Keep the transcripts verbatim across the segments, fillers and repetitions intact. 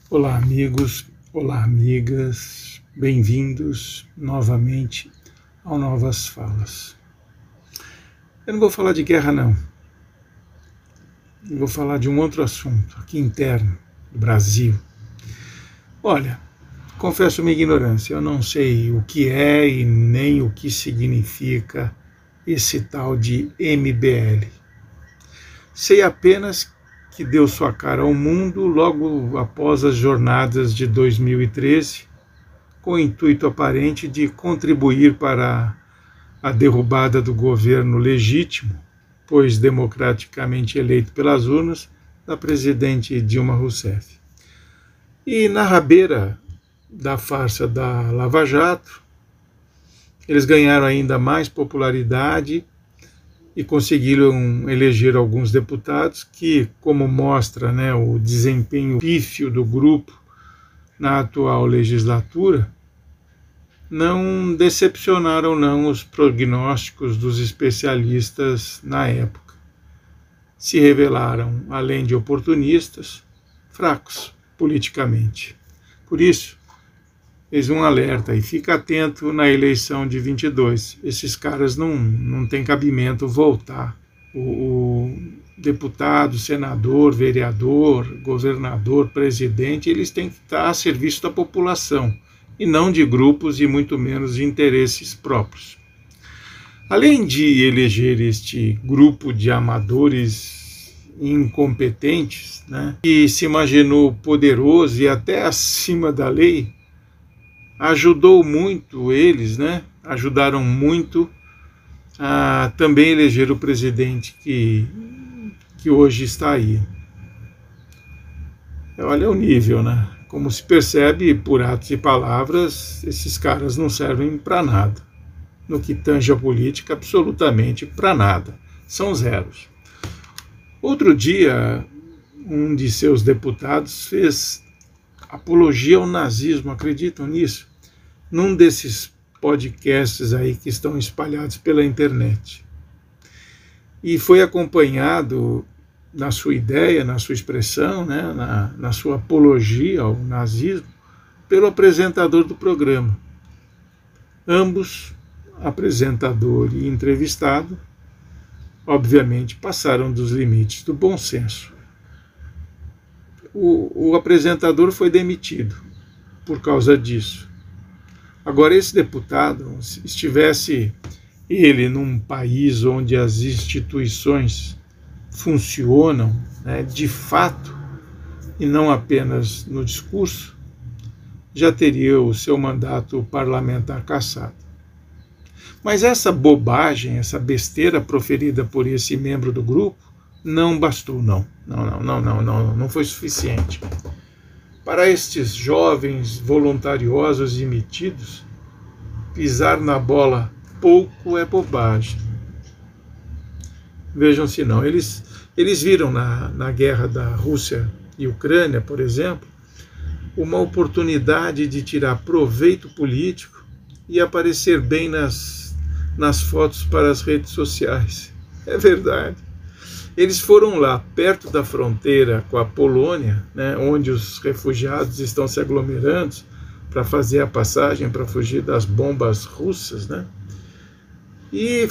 Olá, amigos, olá, amigas, bem-vindos novamente ao Novas Falas. Eu não vou falar de guerra, não. Eu vou falar de um outro assunto, aqui interno, do Brasil. Olha, confesso minha ignorância, eu não sei o que é e nem o que significa esse tal de M B L. Sei apenas que deu sua cara ao mundo logo após as jornadas de dois mil e treze, com o intuito aparente de contribuir para a derrubada do governo legítimo, pois democraticamente eleito pelas urnas, da presidente Dilma Rousseff. E na rabeira da farsa da Lava Jato, eles ganharam ainda mais popularidade e conseguiram eleger alguns deputados que, como mostra, né, o desempenho pífio do grupo na atual legislatura, não decepcionaram não os prognósticos dos especialistas na época. Se revelaram, além de oportunistas, fracos politicamente. Por isso, eis um alerta e fica atento na eleição de vinte e dois. Esses caras não, não têm cabimento voltar. O, o deputado, senador, vereador, governador, presidente, eles têm que estar a serviço da população e não de grupos e muito menos de interesses próprios. Além de eleger este grupo de amadores incompetentes, né, que se imaginou poderoso e até acima da lei, ajudou muito eles, né? Ajudaram muito a também eleger o presidente que, que hoje está aí. Olha o nível, né? Como se percebe por atos e palavras, esses caras não servem para nada. No que tange a política, absolutamente para nada. São zeros. Outro dia, um de seus deputados fez apologia ao nazismo, acreditam nisso? Num desses podcasts aí que estão espalhados pela internet. E foi acompanhado na sua ideia, na sua expressão, né, na, na sua apologia ao nazismo, pelo apresentador do programa. Ambos, apresentador e entrevistado, obviamente passaram dos limites do bom senso. O, o apresentador foi demitido por causa disso. Agora, esse deputado, se estivesse ele num país onde as instituições funcionam, né, de fato, e não apenas no discurso, já teria o seu mandato parlamentar cassado. Mas essa bobagem, essa besteira proferida por esse membro do grupo, não bastou, não. Não, não, não, não, não, não foi suficiente. Para estes jovens voluntariosos e metidos, pisar na bola pouco é bobagem. Vejam se não, eles, eles viram na, na guerra da Rússia e Ucrânia, por exemplo, uma oportunidade de tirar proveito político e aparecer bem nas, nas fotos para as redes sociais. É verdade. Eles foram lá, perto da fronteira com a Polônia, né, onde os refugiados estão se aglomerando para fazer a passagem, para fugir das bombas russas, né, e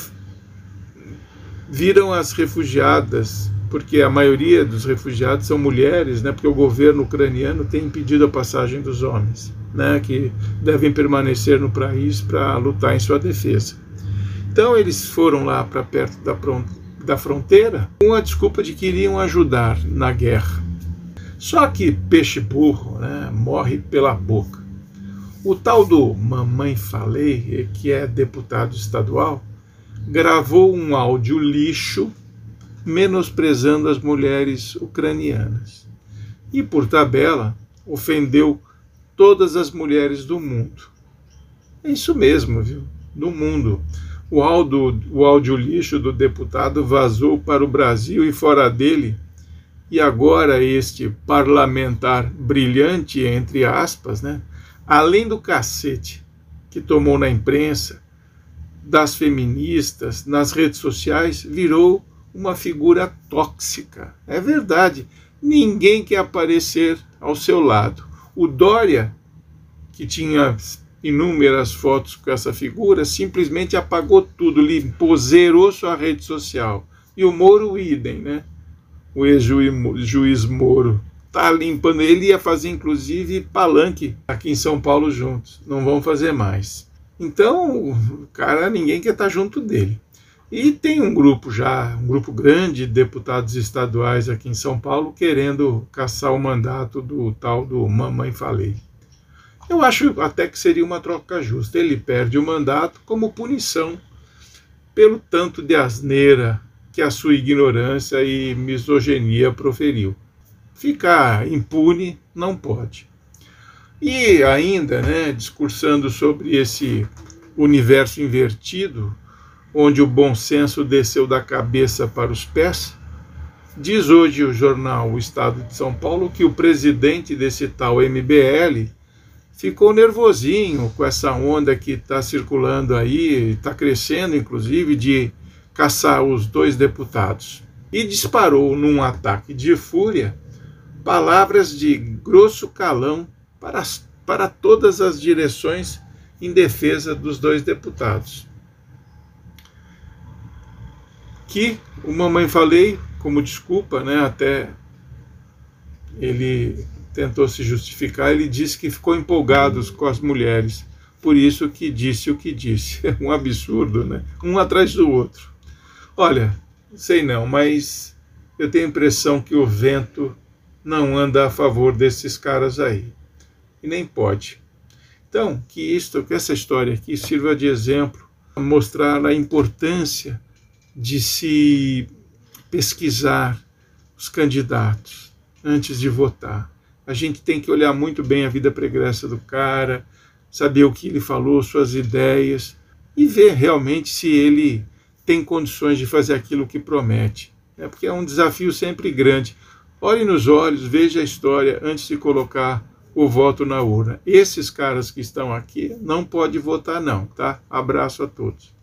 viram as refugiadas, porque a maioria dos refugiados são mulheres, né, porque o governo ucraniano tem impedido a passagem dos homens, né, que devem permanecer no país para lutar em sua defesa. Então eles foram lá para perto da fronteira, da fronteira, com a desculpa de que iriam ajudar na guerra. Só que peixe burro, né, morre pela boca. O tal do Mamãe Falei, que é deputado estadual, gravou um áudio lixo menosprezando as mulheres ucranianas. E, por tabela, ofendeu todas as mulheres do mundo. É isso mesmo, viu? Do mundo. O áudio, o áudio lixo do deputado vazou para o Brasil e fora dele, e agora este parlamentar brilhante, entre aspas, né, além do cacete que tomou na imprensa, das feministas, nas redes sociais, virou uma figura tóxica. É verdade, ninguém quer aparecer ao seu lado. O Dória, que tinha inúmeras fotos com essa figura, simplesmente apagou tudo, limpou, zerou sua rede social. E o Moro, idem, né? O ex-juiz Moro está limpando. Ele ia fazer, inclusive, palanque aqui em São Paulo juntos. Não vão fazer mais. Então, o cara, ninguém quer estar junto dele. E tem um grupo já, um grupo grande de deputados estaduais aqui em São Paulo querendo caçar o mandato do tal do Mamãe Falei. Eu acho até que seria uma troca justa. Ele perde o mandato como punição pelo tanto de asneira que a sua ignorância e misoginia proferiu. Ficar impune não pode. E ainda, né, discursando sobre esse universo invertido, onde o bom senso desceu da cabeça para os pés, diz hoje o jornal O Estado de São Paulo que o presidente desse tal M B L ficou nervosinho com essa onda que está circulando aí, está crescendo inclusive, de caçar os dois deputados. E disparou num ataque de fúria palavras de grosso calão para, para todas as direções em defesa dos dois deputados. Que o Mamãe Falei, como desculpa, né, até ele tentou se justificar, ele disse que ficou empolgado com as mulheres, por isso que disse o que disse. É um absurdo, né? Um atrás do outro. Olha, sei não, mas eu tenho a impressão que o vento não anda a favor desses caras aí. E nem pode. Então, que, isto, que essa história aqui sirva de exemplo, a mostrar a importância de se pesquisar os candidatos antes de votar. A gente tem que olhar muito bem a vida pregressa do cara, saber o que ele falou, suas ideias, e ver realmente se ele tem condições de fazer aquilo que promete. É porque é um desafio sempre grande. Olhe nos olhos, veja a história antes de colocar o voto na urna. Esses caras que estão aqui não podem votar não, tá? Abraço a todos.